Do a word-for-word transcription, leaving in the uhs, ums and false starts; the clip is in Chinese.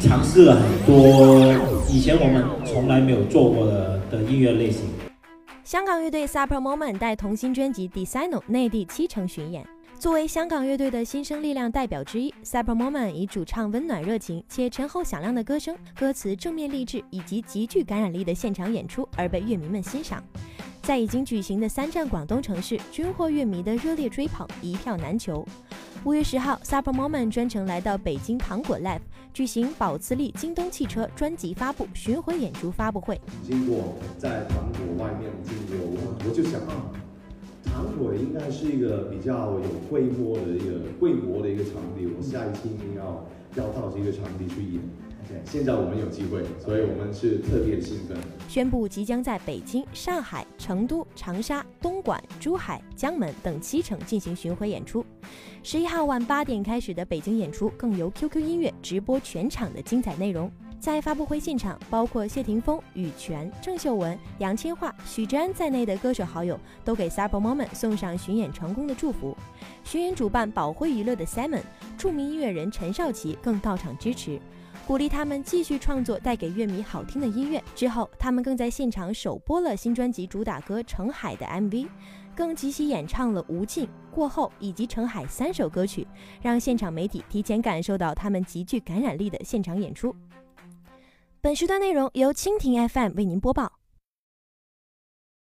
尝试了很多以前我们从来没有做过的的音乐类型。 香港乐队 Supper Moment 带同新专辑 Designo 内地七城巡演。作为香港乐队的新生力量代表之一 ，Supper Moment 以主唱温暖热情且醇厚响亮的歌声、歌词正面励志以及极具感染力的现场演出而被乐迷们欣赏。在已经举行的三站广东城市，均获乐迷的热烈追捧，一票难求。五月十号 ，Supper Moment 专程来到北京糖果 Live 举行宝磁力京东汽车专辑发布巡回演出发布会。 经过在糖果外面经过，我就想啊，糖果应该是一个比较有规模的一个规模的一个场地，我下一期一定要要到这个场地去演。现在我们有机会，所以我们是特别兴奋。 宣布即将在北京、上海、成都、长沙、东莞、珠海、江门等七城进行巡回演出。十一号晚八点开始的北京演出，更由 Q Q 音乐直播全场的精彩内容。在发布会现场，包括谢霆锋、羽泉、郑秀文、杨千嬅、许志安在内的歌手好友都给 Supper Moment 送上巡演成功的祝福。巡演主办宝辉娱乐的 Simon、著名音乐人陈少琪更到场支持，鼓励他们继续创作带给乐迷好听的音乐。之后，他们更在现场首播了新专辑主打歌《澄海》的 M V， 更即席演唱了《无尽》、《过后》以及《澄海》三首歌曲，让现场媒体提前感受到他们极具感染力的现场演出。本时段内容由蜻蜓 F M 为您播报。